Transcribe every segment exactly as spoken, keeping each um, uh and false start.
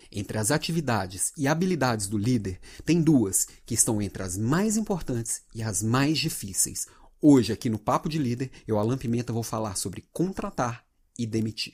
Entre as atividades e habilidades do líder, tem duas que estão entre as mais importantes e as mais difíceis. Hoje, aqui no Papo de Líder, eu, Alan Pimenta, vou falar sobre contratar e demitir.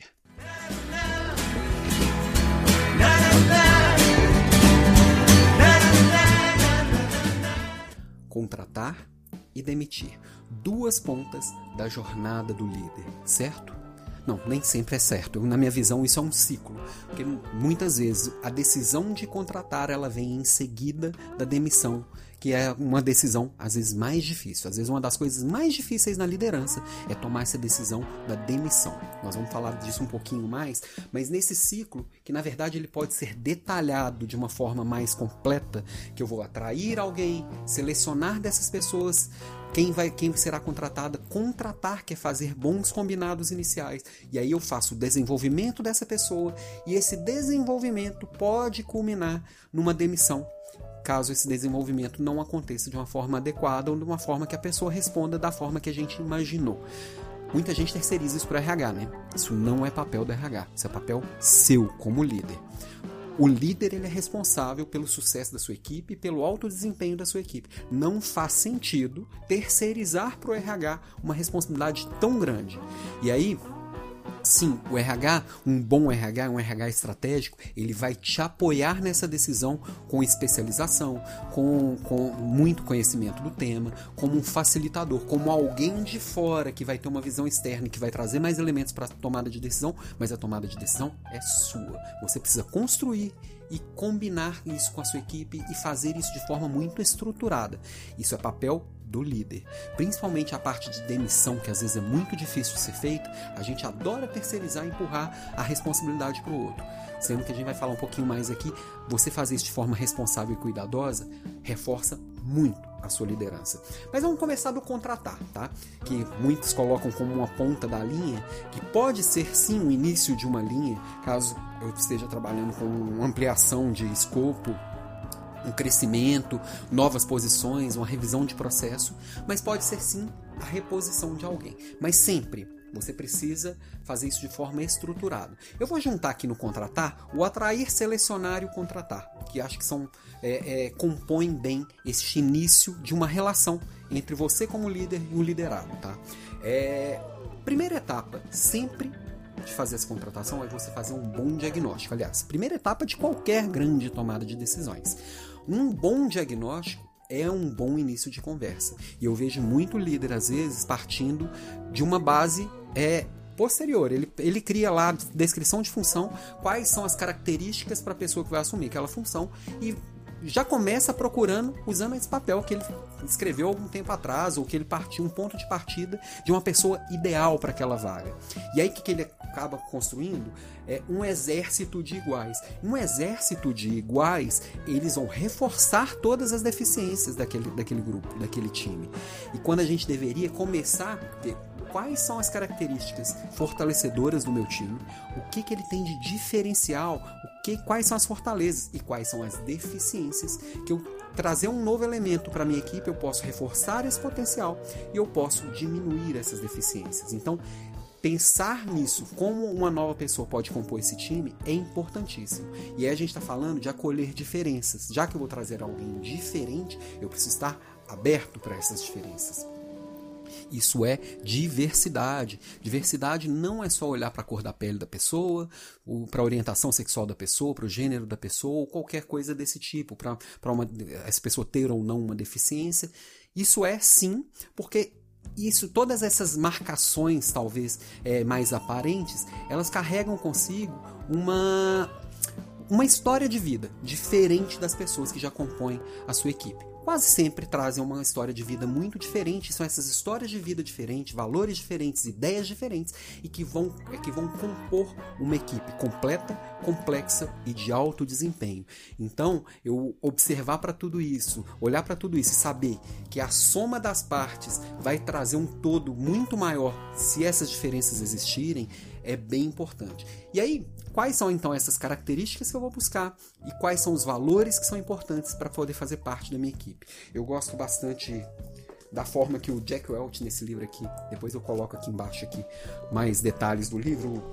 Contratar e demitir. Duas pontas da jornada do líder, certo? Não, nem sempre é certo. Na minha visão, isso é um ciclo. Porque muitas vezes a decisão de contratar ela vem em seguida da demissão, que é uma decisão, às vezes, mais difícil. Às vezes, uma das coisas mais difíceis na liderança é tomar essa decisão da demissão. Nós vamos falar disso um pouquinho mais, mas nesse ciclo, que na verdade ele pode ser detalhado de uma forma mais completa, que eu vou atrair alguém, selecionar dessas pessoas quem, vai, quem será contratada, contratar, que é fazer bons combinados iniciais. E aí eu faço o desenvolvimento dessa pessoa e esse desenvolvimento pode culminar numa demissão, caso esse desenvolvimento não aconteça de uma forma adequada ou de uma forma que a pessoa responda da forma que a gente imaginou. Muita gente terceiriza isso para o R H, né? Isso não é papel do R H, isso é papel seu como líder. O líder ele é responsável pelo sucesso da sua equipe e pelo alto desempenho da sua equipe. Não faz sentido terceirizar para o R H uma responsabilidade tão grande. E aí, sim, o R H, um bom R H, um R H estratégico, ele vai te apoiar nessa decisão com especialização, com, com muito conhecimento do tema, como um facilitador, como alguém de fora que vai ter uma visão externa, que vai trazer mais elementos para a tomada de decisão, mas a tomada de decisão é sua. Você precisa construir e combinar isso com a sua equipe e fazer isso de forma muito estruturada. Isso é papel do líder. Principalmente a parte de demissão, que às vezes é muito difícil de ser feita, a gente adora terceirizar e empurrar a responsabilidade para o outro. Sendo que a gente vai falar um pouquinho mais aqui, você fazer isso de forma responsável e cuidadosa reforça muito a sua liderança. Mas vamos começar do contratar, tá? Que muitos colocam como uma ponta da linha, que pode ser sim o início de uma linha, caso eu esteja trabalhando com ampliação de escopo, um crescimento, novas posições, uma revisão de processo, mas pode ser sim a reposição de alguém. Mas sempre você precisa fazer isso de forma estruturada. Eu vou juntar aqui no contratar o atrair, selecionar e o contratar, que acho que são é, é, compõem bem este início de uma relação entre você como líder e o liderado, tá? É, primeira etapa, sempre de fazer essa contratação é você fazer um bom diagnóstico. Aliás, primeira etapa de qualquer grande tomada de decisões. Um bom diagnóstico é um bom início de conversa. E eu vejo muito líder, às vezes, partindo de uma base é, posterior. Ele, ele cria lá descrição de função, quais são as características para a pessoa que vai assumir aquela função e já começa procurando, usando esse papel que ele escreveu algum tempo atrás, ou que ele partiu um ponto de partida de uma pessoa ideal para aquela vaga. E aí o que, que ele acaba construindo? É um exército de iguais. Um exército de iguais, eles vão reforçar todas as deficiências daquele, daquele grupo, daquele time. E quando a gente deveria começar a ver quais são as características fortalecedoras do meu time, o que, que ele tem de diferencial, o que, quais são as fortalezas e quais são as deficiências, que eu trazer um novo elemento para a minha equipe, eu posso reforçar esse potencial e eu posso diminuir essas deficiências. Então, pensar nisso, como uma nova pessoa pode compor esse time, é importantíssimo. E aí a gente está falando de acolher diferenças. Já que eu vou trazer alguém diferente, eu preciso estar aberto para essas diferenças. Isso é diversidade. Diversidade não é só olhar para a cor da pele da pessoa, para a orientação sexual da pessoa, para o gênero da pessoa, ou qualquer coisa desse tipo, para essa pessoa ter ou não uma deficiência. Isso é sim, porque isso, todas essas marcações, talvez é, mais aparentes, elas carregam consigo uma, uma história de vida diferente das pessoas que já compõem a sua equipe. Quase sempre trazem uma história de vida muito diferente, são essas histórias de vida diferentes, valores diferentes, ideias diferentes e que vão, é que vão compor uma equipe completa, complexa e de alto desempenho. Então, eu observar para tudo isso, olhar para tudo isso e saber que a soma das partes vai trazer um todo muito maior se essas diferenças existirem, é bem importante. E aí, quais são então essas características que eu vou buscar e quais são os valores que são importantes para poder fazer parte da minha equipe? Eu gosto bastante da forma que o Jack Welch, nesse livro aqui, depois eu coloco aqui embaixo aqui mais detalhes do livro,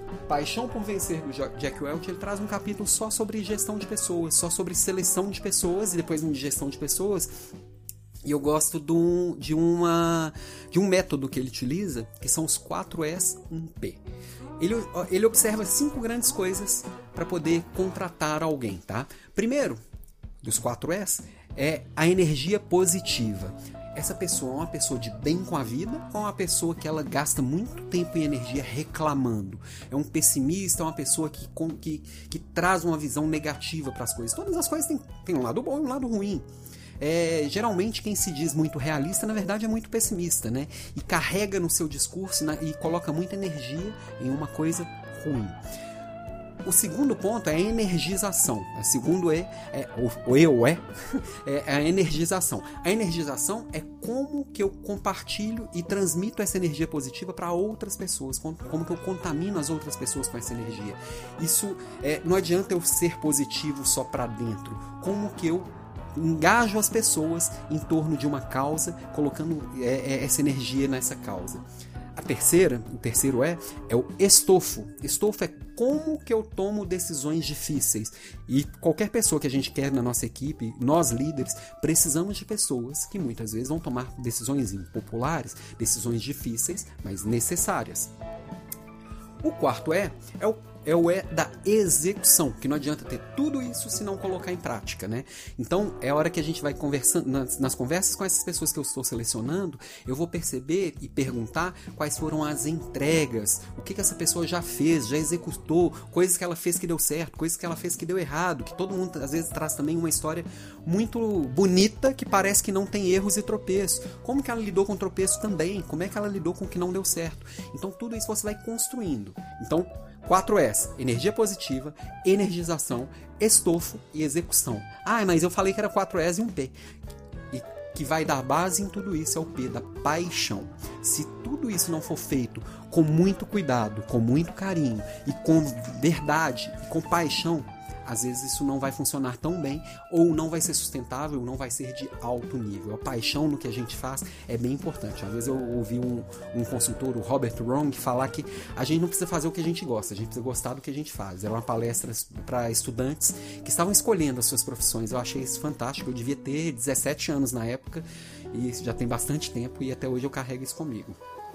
Paixão por Vencer, do Jack Welch, ele traz um capítulo só sobre gestão de pessoas, só sobre seleção de pessoas e depois um de gestão de pessoas. E eu gosto do, de, uma, de um método que ele utiliza, que são os quatro E's, um P. Ele, ele observa cinco grandes coisas para poder contratar alguém, tá? Primeiro, dos quatro E's, é a energia positiva. Essa pessoa é uma pessoa de bem com a vida ou é uma pessoa que ela gasta muito tempo e energia reclamando? É um pessimista, é uma pessoa que, que, que traz uma visão negativa para as coisas? Todas as coisas têm, têm um lado bom e um lado ruim. É, geralmente quem se diz muito realista, na verdade é muito pessimista, né? E carrega no seu discurso na, e coloca muita energia em uma coisa ruim. O segundo ponto é a energização. O segundo é, é o, o eu é, é a energização. A energização é como que eu compartilho e transmito essa energia positiva para outras pessoas, como, como que eu contamino as outras pessoas com essa energia. Isso é, não adianta eu ser positivo só para dentro. Como que eu engajo as pessoas em torno de uma causa, colocando é, é, essa energia nessa causa. A terceira, o terceiro é, é o estofo. Estofo é como que eu tomo decisões difíceis. E qualquer pessoa que a gente quer na nossa equipe, nós líderes, precisamos de pessoas que muitas vezes vão tomar decisões impopulares, decisões difíceis, mas necessárias. O quarto é, é o É o é da execução, que não adianta ter tudo isso se não colocar em prática, né? Então, é a hora que a gente vai conversando, nas, nas conversas com essas pessoas que eu estou selecionando, eu vou perceber e perguntar quais foram as entregas, o que, que essa pessoa já fez, já executou, coisas que ela fez que deu certo, coisas que ela fez que deu errado, que todo mundo às vezes traz também uma história muito bonita que parece que não tem erros e tropeços. Como que ela lidou com tropeço também? Como é que ela lidou com o que não deu certo? Então, tudo isso você vai construindo. Então, quatro E's, energia positiva, energização, estofo e execução. Ah, mas eu falei que era quatro E's e um P. E que vai dar base em tudo isso é o P, da paixão. Se tudo isso não for feito com muito cuidado, com muito carinho e com verdade e com paixão, às vezes isso não vai funcionar tão bem, ou não vai ser sustentável, ou não vai ser de alto nível. A paixão no que a gente faz é bem importante. Às vezes eu ouvi um, um consultor, o Robert Wrong, falar que a gente não precisa fazer o que a gente gosta, a gente precisa gostar do que a gente faz. Era uma palestra para estudantes que estavam escolhendo as suas profissões. Eu achei isso fantástico. Eu devia ter dezessete anos na época, e já tem bastante tempo, e até hoje eu carrego isso comigo.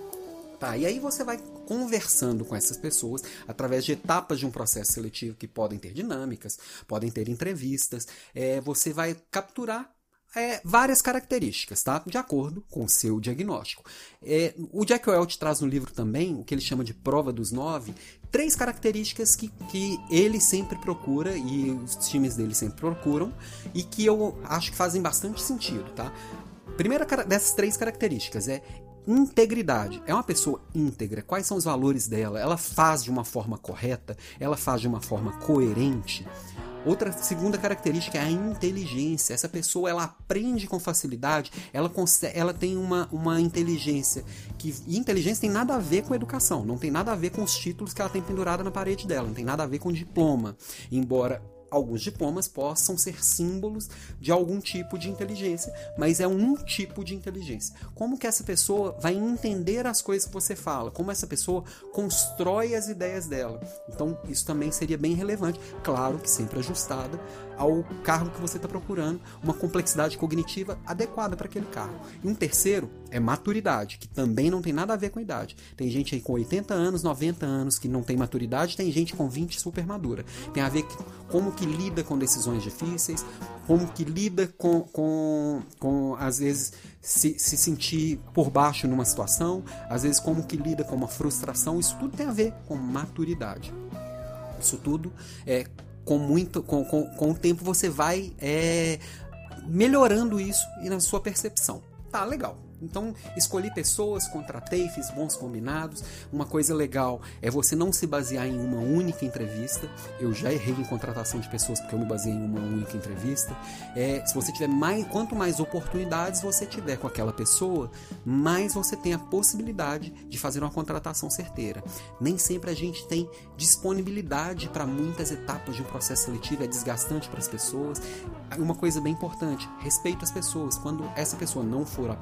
Tá, e aí você vai conversando com essas pessoas através de etapas de um processo seletivo que podem ter dinâmicas, podem ter entrevistas. É, você vai capturar é, várias características, tá? De acordo com o seu diagnóstico. É, o Jack Welch traz no livro também o que ele chama de prova dos nove, três características que, que ele sempre procura e os times dele sempre procuram e que eu acho que fazem bastante sentido, tá? Primeira dessas três características é integridade. É uma pessoa íntegra. Quais são os valores dela? Ela faz de uma forma correta? Ela faz de uma forma coerente? Outra segunda característica é a inteligência. Essa pessoa ela aprende com facilidade, ela, consegue, ela tem uma, uma inteligência que e inteligência tem nada a ver com educação, não tem nada a ver com os títulos que ela tem pendurado na parede dela, não tem nada a ver com diploma, embora alguns diplomas possam ser símbolos de algum tipo de inteligência, mas é um tipo de inteligência. Como que essa pessoa vai entender as coisas que você fala? Como essa pessoa constrói as ideias dela? Então, isso também seria bem relevante. Claro que sempre ajustada ao cargo que você está procurando, uma complexidade cognitiva adequada para aquele cargo. E um terceiro é maturidade, que também não tem nada a ver com idade. Tem gente aí com oitenta anos, noventa anos que não tem maturidade, tem gente com vinte super madura. Tem a ver com como que lida com decisões difíceis, como que lida com, com, com às vezes, se, se sentir por baixo numa situação, às vezes como que lida com uma frustração. Isso tudo tem a ver com maturidade. Isso tudo é com muito com, com, com o tempo você vai é, melhorando isso e na sua percepção. Tá, legal. Então, escolhi pessoas, contratei, fiz bons combinados. Uma coisa legal é você não se basear em uma única entrevista. Eu já errei em contratação de pessoas porque eu me baseei em uma única entrevista. É, se você tiver mais, quanto mais oportunidades você tiver com aquela pessoa, mais você tem a possibilidade de fazer uma contratação certeira. Nem sempre a gente tem disponibilidade para muitas etapas de um processo seletivo, é desgastante para as pessoas. Uma coisa bem importante, respeito às pessoas. Quando essa pessoa não for aprovada,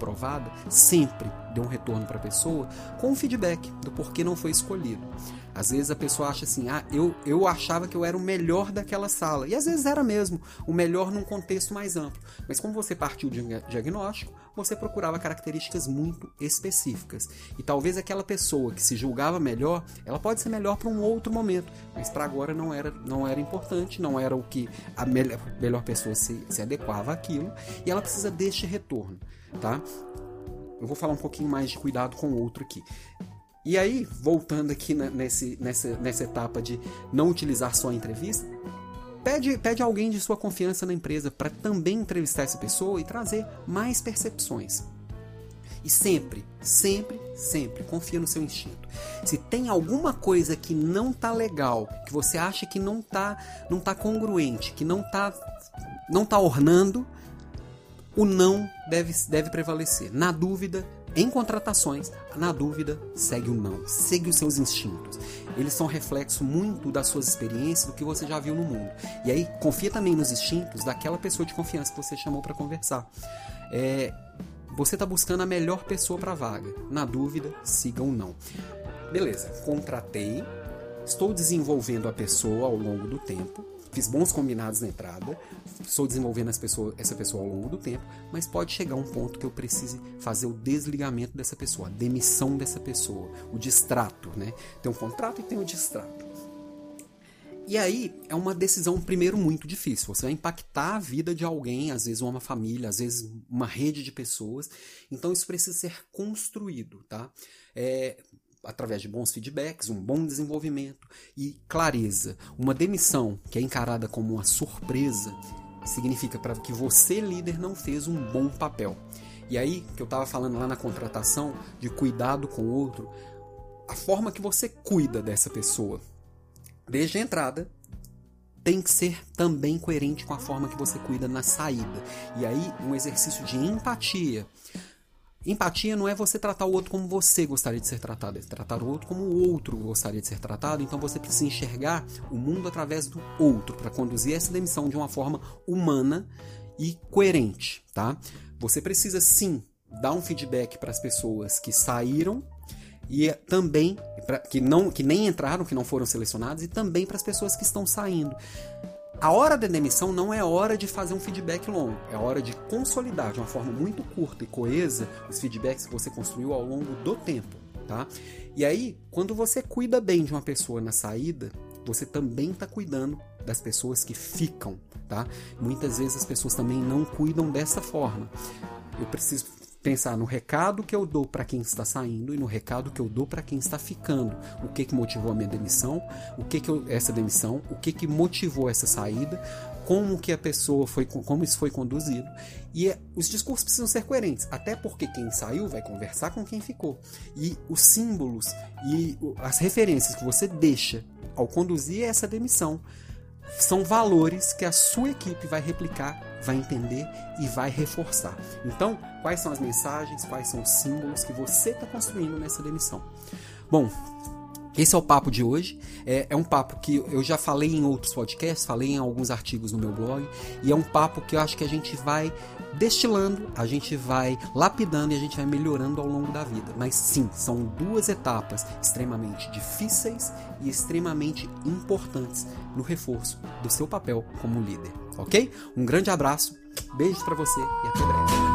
jornada, sempre dê um retorno para a pessoa com um feedback do porquê não foi escolhido. Às vezes a pessoa acha assim, ah, eu, eu achava que eu era o melhor daquela sala. E às vezes era mesmo, o melhor num contexto mais amplo. Mas como você partiu de um diagnóstico, você procurava características muito específicas. E talvez aquela pessoa que se julgava melhor, ela pode ser melhor para um outro momento. Mas para agora não era, não era importante, não era o que a melhor, melhor pessoa se, se adequava àquilo. E ela precisa deste retorno, tá? Eu vou falar um pouquinho mais de cuidado com o outro aqui. E aí, voltando aqui na, nesse, nessa, nessa etapa de não utilizar só a entrevista, pede, pede alguém de sua confiança na empresa para também entrevistar essa pessoa e trazer mais percepções. E sempre, sempre, sempre confia no seu instinto. Se tem alguma coisa que não tá legal, que você acha que não tá, não tá congruente, que não tá, não tá ornando, o não deve, deve prevalecer. Na dúvida, em contratações, na dúvida, segue o não, segue os seus instintos. Eles são reflexo muito das suas experiências, do que você já viu no mundo. E aí, confia também nos instintos daquela pessoa de confiança que você chamou para conversar. É, você está buscando a melhor pessoa para a vaga. Na dúvida, siga o não. Beleza, contratei, estou desenvolvendo a pessoa ao longo do tempo, fiz bons combinados na entrada, estou desenvolvendo essa pessoa, essa pessoa ao longo do tempo, mas pode chegar um ponto que eu precise fazer o desligamento dessa pessoa, a demissão dessa pessoa, o distrato, né? Tem um contrato e tem o distrato. E aí é uma decisão, primeiro, muito difícil. Você vai impactar a vida de alguém, às vezes uma família, às vezes uma rede de pessoas. Então isso precisa ser construído, tá? É... através de bons feedbacks, um bom desenvolvimento e clareza. Uma demissão que é encarada como uma surpresa significa para que você, líder, não fez um bom papel. E aí, que eu estava falando lá na contratação, de cuidado com o outro, a forma que você cuida dessa pessoa, desde a entrada, tem que ser também coerente com a forma que você cuida na saída. E aí, um exercício de empatia. Empatia não é você tratar o outro como você gostaria de ser tratado, é tratar o outro como o outro gostaria de ser tratado. Então você precisa enxergar o mundo através do outro para conduzir essa demissão de uma forma humana e coerente, tá? Você precisa sim dar um feedback para as pessoas que saíram e também pra, que, não, que nem entraram, que não foram selecionadas, e também para as pessoas que estão saindo. A hora da demissão não é hora de fazer um feedback longo, é hora de consolidar de uma forma muito curta e coesa os feedbacks que você construiu ao longo do tempo, tá? E aí, quando você cuida bem de uma pessoa na saída, você também está cuidando das pessoas que ficam, tá? Muitas vezes as pessoas também não cuidam dessa forma. Eu preciso pensar no recado que eu dou para quem está saindo e no recado que eu dou para quem está ficando. O que que motivou a minha demissão, o que que eu, essa demissão, o que que motivou essa saída, como que a pessoa foi, como isso foi conduzido. E os discursos precisam ser coerentes, até porque quem saiu vai conversar com quem ficou. E os símbolos e as referências que você deixa ao conduzir essa demissão são valores que a sua equipe vai replicar, vai entender e vai reforçar. Então, quais são as mensagens, quais são os símbolos que você está construindo nessa demissão? Bom, esse é o papo de hoje. É, é um papo que eu já falei em outros podcasts, falei em alguns artigos no meu blog, e é um papo que eu acho que a gente vai destilando, a gente vai lapidando e a gente vai melhorando ao longo da vida. Mas sim, são duas etapas extremamente difíceis e extremamente importantes no reforço do seu papel como líder, ok? Um grande abraço, beijos para você e até breve.